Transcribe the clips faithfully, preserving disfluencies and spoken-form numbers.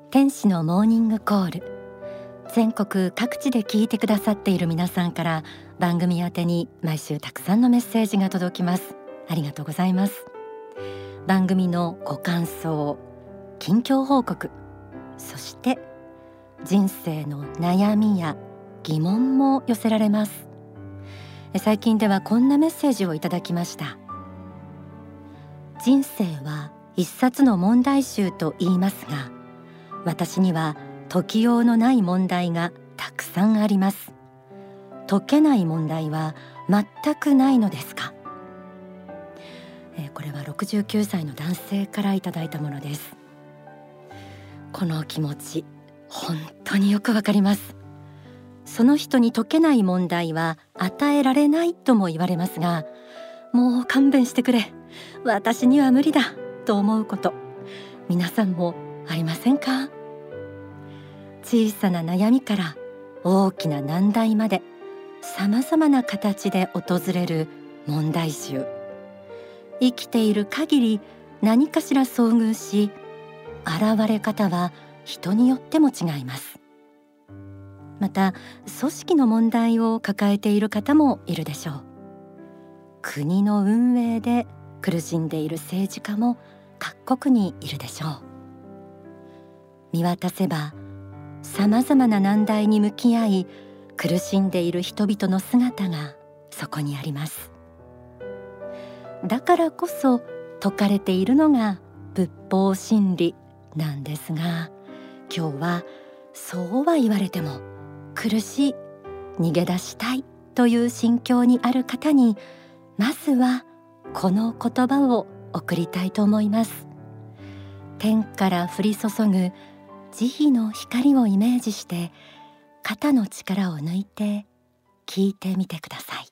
天使のモーニングコール。全国各地で聞いてくださっている皆さんから番組宛てに毎週たくさんのメッセージが届きます。ありがとうございます。番組のご感想、近況報告、そして人生の悩みや疑問も寄せられます。最近ではこんなメッセージをいただきました。人生は一冊の問題集と言いますが、私には解きようのない問題がたくさんあります。解けない問題は全くないのですか？えー、これはろくじゅうきゅうさいの男性からいただいたものです。この気持ち、本当によくわかります。その人に解けない問題は与えられないとも言われますが、もう勘弁してくれ、私には無理だと思うこと、皆さんもありませんか？小さな悩みから大きな難題まで、さまざまな形で訪れる問題集。生きている限り何かしら遭遇し、現れ方は人によっても違います。また、組織の問題を抱えている方もいるでしょう。国の運営で苦しんでいる政治家も各国にいるでしょう。見渡せばさまざまな難題に向き合い苦しんでいる人々の姿がそこにあります。だからこそ説かれているのが仏法真理なんですが、今日はそうは言われても苦しい、逃げ出したいという心境にある方に、まずはこの言葉を送りたいと思います。天から降り注ぐ慈悲の光をイメージして、肩の力を抜いて聞いてみてください。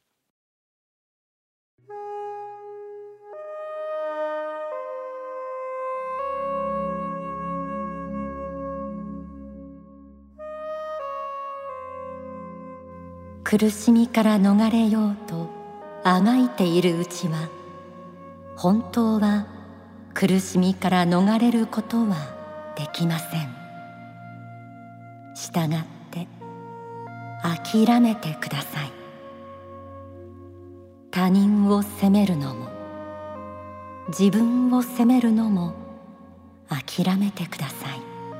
苦しみから逃れようとあがいているうちは、本当は苦しみから逃れることはできません。したがって諦めてください。他人を責めるのも自分を責めるのも諦めてください。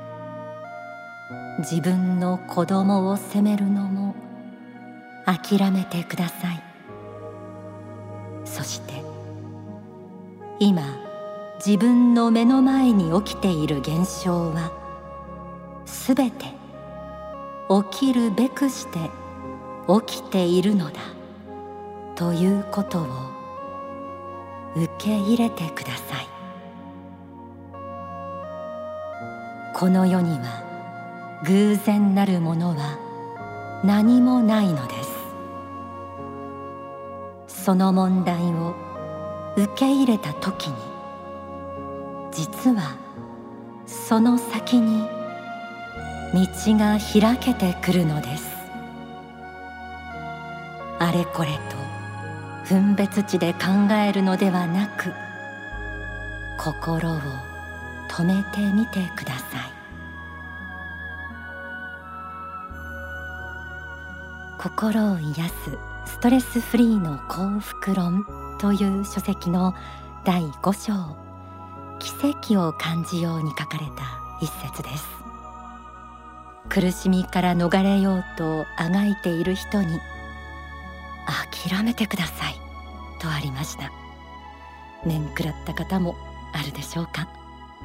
自分の子供を責めるのも諦めてください。そして今自分の目の前に起きている現象はすべて起きるべくして起きているのだということを受け入れてください。この世には偶然なるものは何もないのです。その問題を受け入れたときに、実はその先に道が開けてくるのです。あれこれと分別地で考えるのではなく、心を止めてみてください。心を癒すストレスフリーの幸福論という書籍のだいご章、奇跡を感じように書かれた一節です。苦しみから逃れようとあがいている人に、諦めてくださいとありました。面食らった方もあるでしょうか。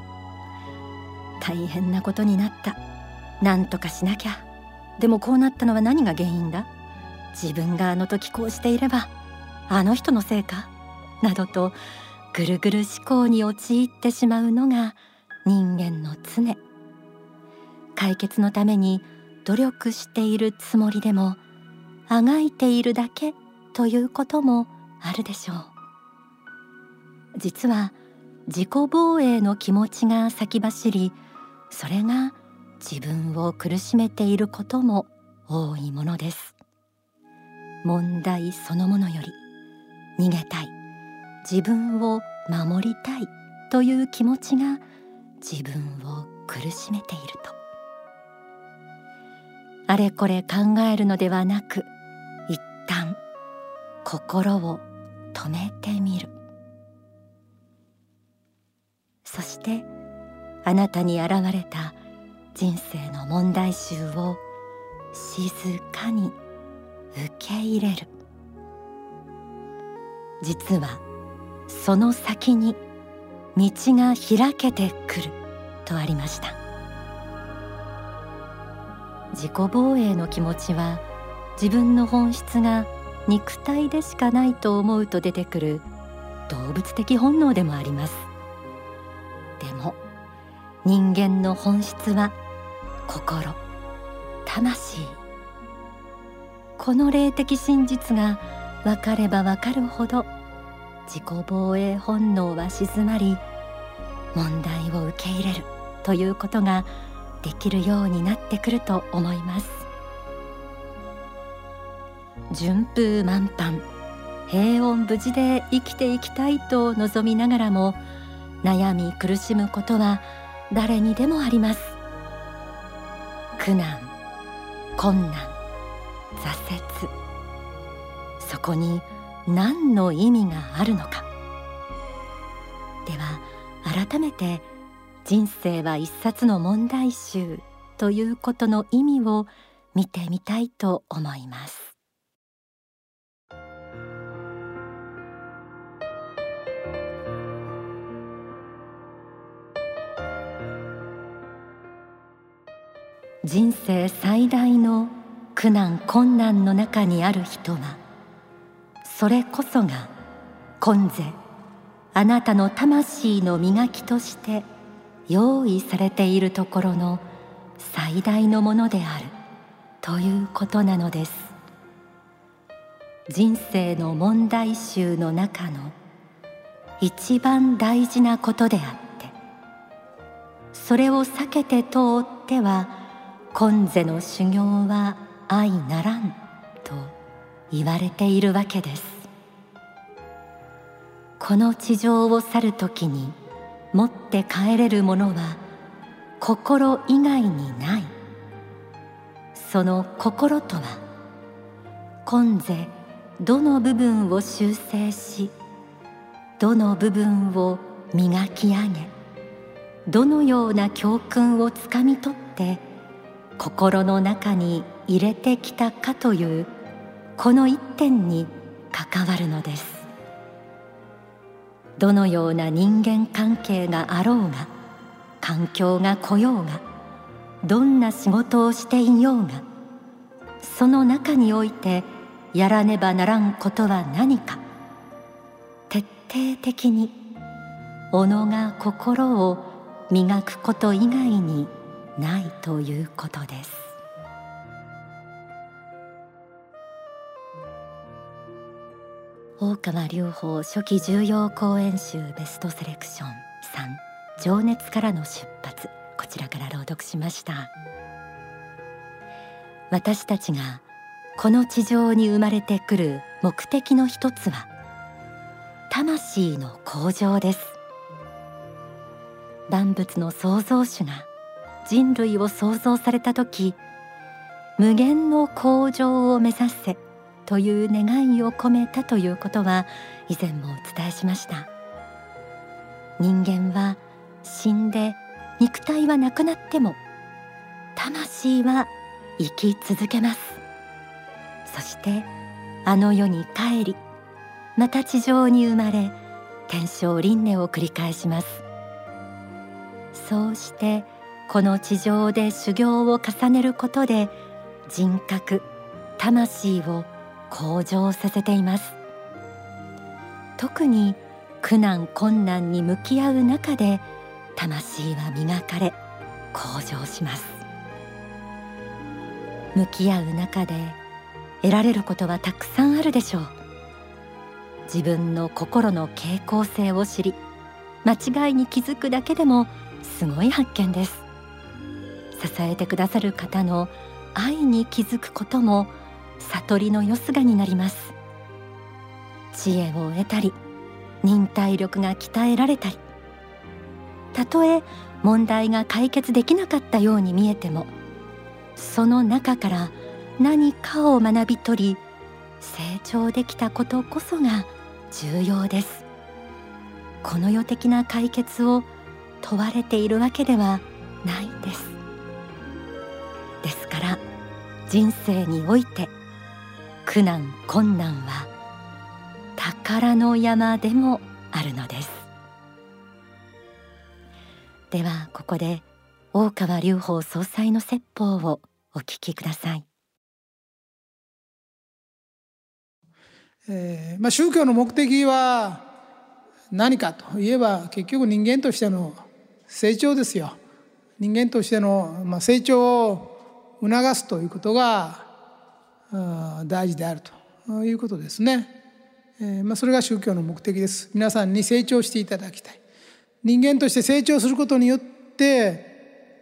大変なことになった、なんとかしなきゃ、でもこうなったのは何が原因だ、自分があの時こうしていればあの人のせいか、などとぐるぐる思考に陥ってしまうのが人間の常。解決のために努力しているつもりでも、あがいているだけということもあるでしょう。実は自己防衛の気持ちが先走り、それが自分を苦しめていることも多いものです。問題そのものより逃げたい、自分を守りたいという気持ちが自分を苦しめていると、あれこれ考えるのではなく、一旦心を止めてみる。そしてあなたに現れた人生の問題集を静かに受け入れる。実はその先に道が開けてくるとありました。自己防衛の気持ちは、自分の本質が肉体でしかないと思うと出てくる動物的本能でもあります。でも人間の本質は心、魂。この霊的真実が分かれば分かるほど、自己防衛本能は静まり、問題を受け入れるということができるようになってくると思います。順風満帆、平穏無事で生きていきたいと望みながらも、悩み苦しむことは誰にでもあります。苦難、困難、挫折、そこに何の意味があるのか。では改めて、人生は一冊の問題集ということの意味を見てみたいと思います。人生最大の苦難困難の中にある人は、それこそが今世あなたの魂の磨きとして用意されているところの最大のものであるということなのです。人生の問題集の中の一番大事なことであって、それを避けて通っては今世の修行は相ならんと言われているわけです。この地上を去るときに持って帰れるものは心以外にない。その心とは、今世どの部分を修正し、どの部分を磨き上げ、どのような教訓をつかみ取って心の中に入れてきたかという、この一点に関わるのです。どのような人間関係があろうが、環境が来ようが、どんな仕事をしていようが、その中においてやらねばならんことは何か、徹底的に己が心を磨くこと以外にないということです。大川隆法初期重要講演集ベストセレクションさん、情熱からの出発、こちらから朗読しました。私たちがこの地上に生まれてくる目的の一つは、魂の向上です。万物の創造主が人類を創造されたとき、無限の向上を目指せという願いを込めたということは以前もお伝えしました。人間は死んで肉体はなくなっても魂は生き続けます。そしてあの世に帰り、また地上に生まれ、天正輪廻を繰り返します。そうしてこの地上で修行を重ねることで、人格、魂を向上させています。特に苦難困難に向き合う中で、魂は磨かれ向上します。向き合う中で得られることはたくさんあるでしょう。自分の心の傾向性を知り、間違いに気づくだけでもすごい発見です。支えてくださる方の愛に気づくことも悟りのよすがになります。知恵を得たり、忍耐力が鍛えられたり、 たとえ問題が解決できなかったように見えても、その中から何かを学び取り成長できたことこそが重要です。この世的な解決を問われているわけではないんです。ですから人生において苦難困難は宝の山でもあるのです。ではここで大川隆法総裁の説法をお聞きください。 えーまあ、宗教の目的は何かといえば、結局人間としての成長ですよ。人間としての、まあ、成長を促すということが大事であるということですね。えーまあ、それが宗教の目的です。皆さんに成長していただきたい。人間として成長することによって、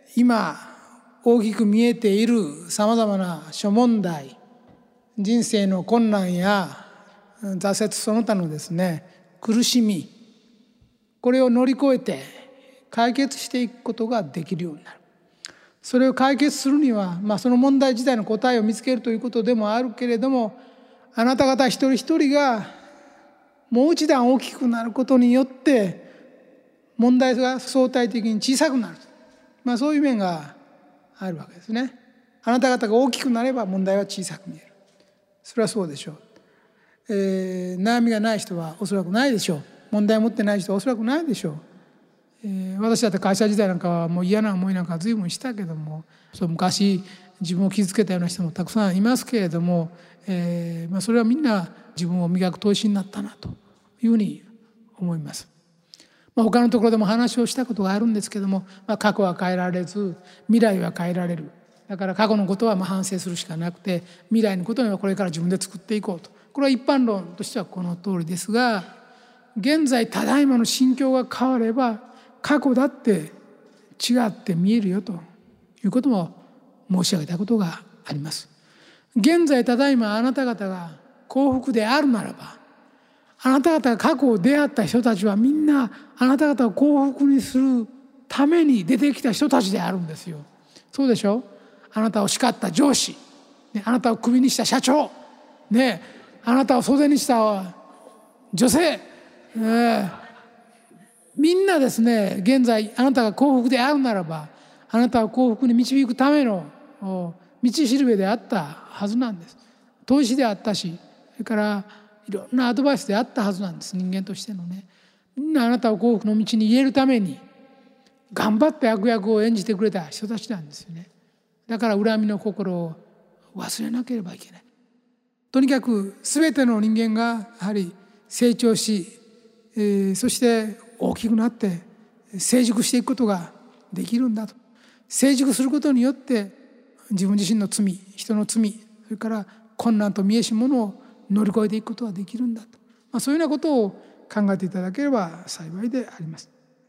今大きく見えているさまざまな諸問題、人生の困難や挫折その他のですね、苦しみ、これを乗り越えて解決していくことができるようになる。それを解決するには、まあ、その問題自体の答えを見つけるということでもあるけれども、あなた方一人一人がもう一段大きくなることによって問題が相対的に小さくなる、まあ、そういう面があるわけですね。あなた方が大きくなれば問題は小さく見える。それはそうでしょう。えー、悩みがない人はおそらくないでしょう。問題を持ってない人はおそらくないでしょう。えー、私だって会社時代なんかはもう嫌な思いなんか随分したけども、そう昔自分を傷つけたような人もたくさんいますけれども、えーまあ、それはみんな自分を磨く投資になったなというふうに思います。まあ、他のところでも話をしたことがあるんですけども、まあ、過去は変えられず未来は変えられる。だから過去のことはまあ反省するしかなくて、未来のことにはこれから自分で作っていこうと。これは一般論としてはこの通りですが、現在ただいまの心境が変われば過去だって違って見えるよということも申し上げたことがあります。現在ただいまあなた方が幸福であるならば、あなた方が過去を出会った人たちはみんなあなた方を幸福にするために出てきた人たちであるんですよ。そうでしょ。あなたを叱った上司、ね、あなたをクビにした社長、ね、あなたを袖にした女性、えー、みんなですね、現在あなたが幸福であるならば、あなたを幸福に導くための道しるべであったはずなんです。投資であったし、それからいろんなアドバイスであったはずなんです。人間としてのね、みんなあなたを幸福の道に入れるために頑張って悪役を演じてくれた人たちなんですよね。だから恨みの心を忘れなければいけない。とにかく全ての人間がやはり成長し、えー、そして大きくなって成熟していくことができるんだと。成熟することによって自分自身の罪、人の罪、それから困難と見えし者を乗り越えていくことができるんだと、まあ、そういうようなことを考えていただければ幸いであります。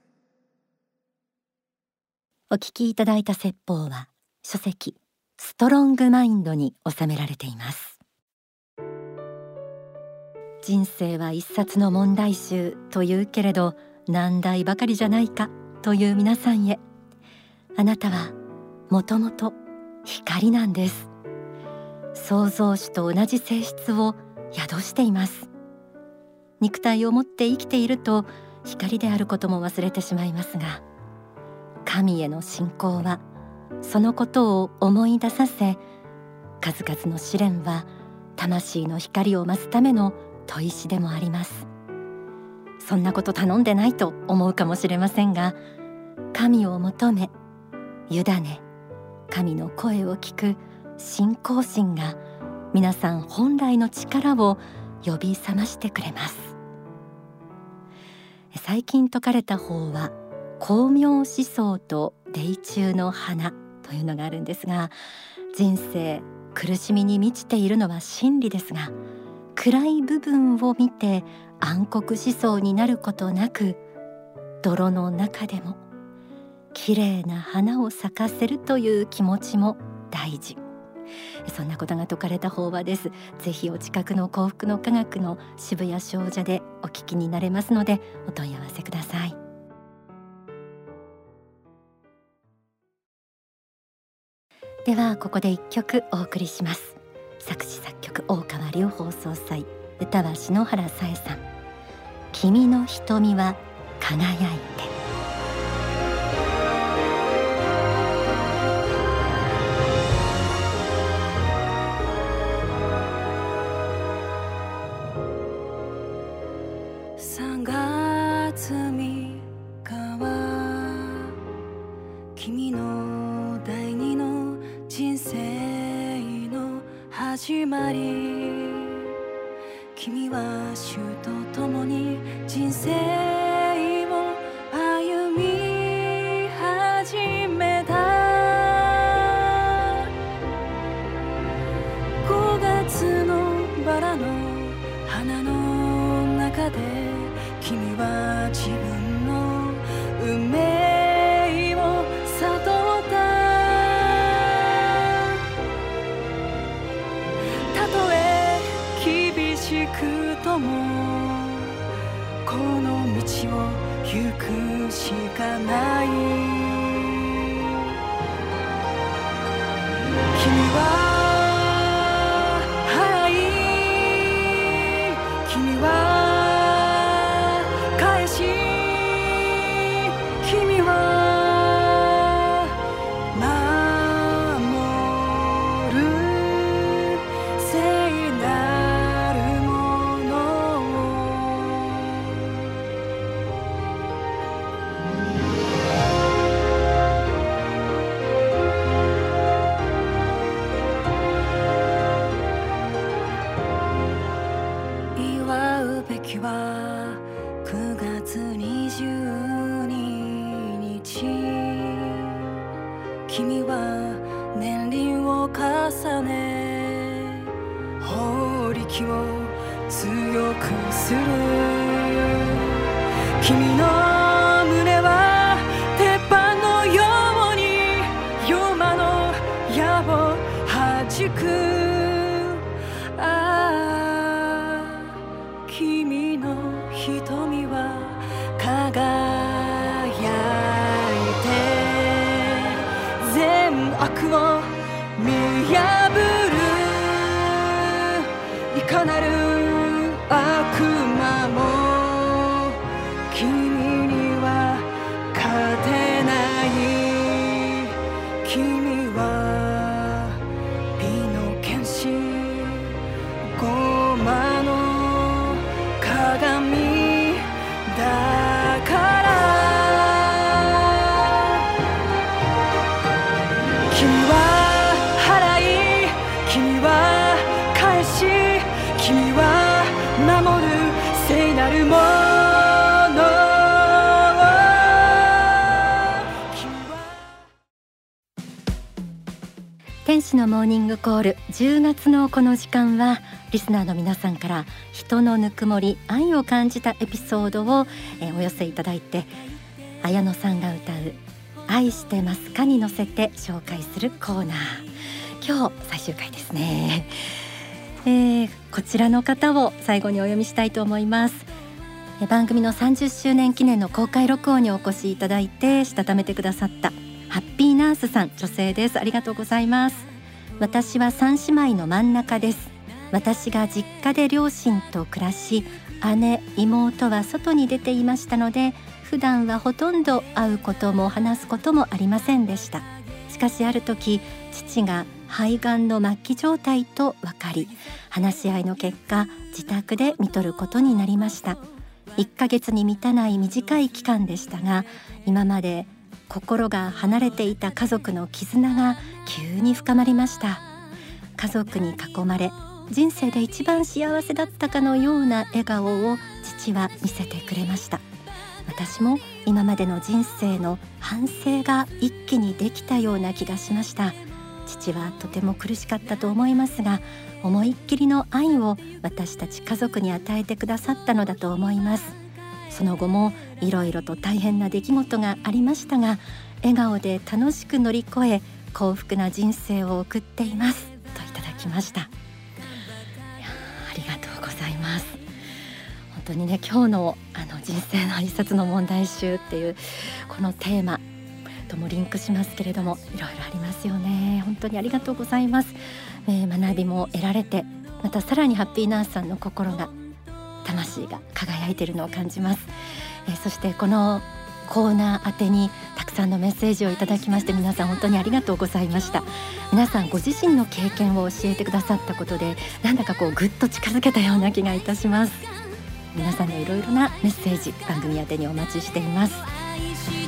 お聞きいただいた説法は書籍ストロングマインドに収められています。人生は一冊の問題集というけれど難題ばかりじゃないかという皆さんへ、あなたはもともと光なんです。創造主と同じ性質を宿しています。肉体を持って生きていると光であることも忘れてしまいますが、神への信仰はそのことを思い出させ、数々の試練は魂の光を増すための砥石でもあります。そんなこと頼んでないと思うかもしれませんが、神を求め委ね神の声を聞く信仰心が皆さん本来の力を呼び覚ましてくれます。最近説かれた法は光明思想と泥中の花というのがあるんですが、人生苦しみに満ちているのは真理ですが、暗い部分を見て暗黒思想になることなく、泥の中でも綺麗な花を咲かせるという気持ちも大事。そんなことが説かれた法話です。ぜひお近くの幸福の科学の渋谷精舎でお聞きになれますのでお問い合わせください。 ではここで一曲お送りします。作詞作曲大川隆法総裁、歌は篠原さえさん。君の瞳は輝いて。 さんがつみっかは君の第二の人生の始まり。君は主と共に人生を歩み始めた。ごがつのバラの花の中で君は自分の運命を悟った。たとえ厳しくともこの道を行くしかない。君はくがつにじゅうににち、君は年輪を重ね法力を強くする。君の胸は鉄板のように夜魔の矢を弾く。君の瞳は輝いて善悪を見破る。いかなる悪魔も君には勝てない。君は美の剣士ゴマの鏡だから。君は払い、君は返し、君は守る聖なるもの。 天使のモーニングコール、じゅうがつのこの時間はリスナーの皆さんから人のぬくもり、愛を感じたエピソードを、えー、お寄せいただいて、綾野さんが歌う愛してますかに乗せて紹介するコーナー。今日最終回ですね、えー、こちらの方を最後にお読みしたいと思います。えー、番組のさんじゅっしゅうねん記念の公開録音にお越しいただいてしたためてくださったハッピーナースさん、女性です。ありがとうございます。私は三姉妹の真ん中です。私が実家で両親と暮らし、姉、妹は外に出ていましたので、普段はほとんど会うことも話すこともありませんでした。しかしある時、父が肺がんの末期状態と分かり、話し合いの結果、自宅で看取ることになりました。いっかげつに満たない短い期間でしたが、今まで心が離れていた家族の絆が急に深まりました。家族に囲まれ、人生で一番幸せだったかのような笑顔を父は見せてくれました。私も今までの人生の反省が一気にできたような気がしました。父はとても苦しかったと思いますが、思いっきりの愛を私たち家族に与えてくださったのだと思います。その後もいろいろと大変な出来事がありましたが、笑顔で楽しく乗り越え、幸福な人生を送っていますといただきました。ありがとうございます。本当にね、今日のあの人生の一冊の問題集っていうこのテーマ、 ともリンクしますけれども、いろいろありますよね。本当にありがとうございます。えー、学びも得られて、またさらにハッピーナースさんの心が、魂が輝いているのを感じます。えー、そしてこのコーナー宛てにたくさんのメッセージをいただきまして、皆さん本当にありがとうございました。皆さんご自身の経験を教えてくださったことで、なんだかこうぐっと近づけたような気がいたします。皆さんのいろいろなメッセージ、番組宛てにお待ちしています。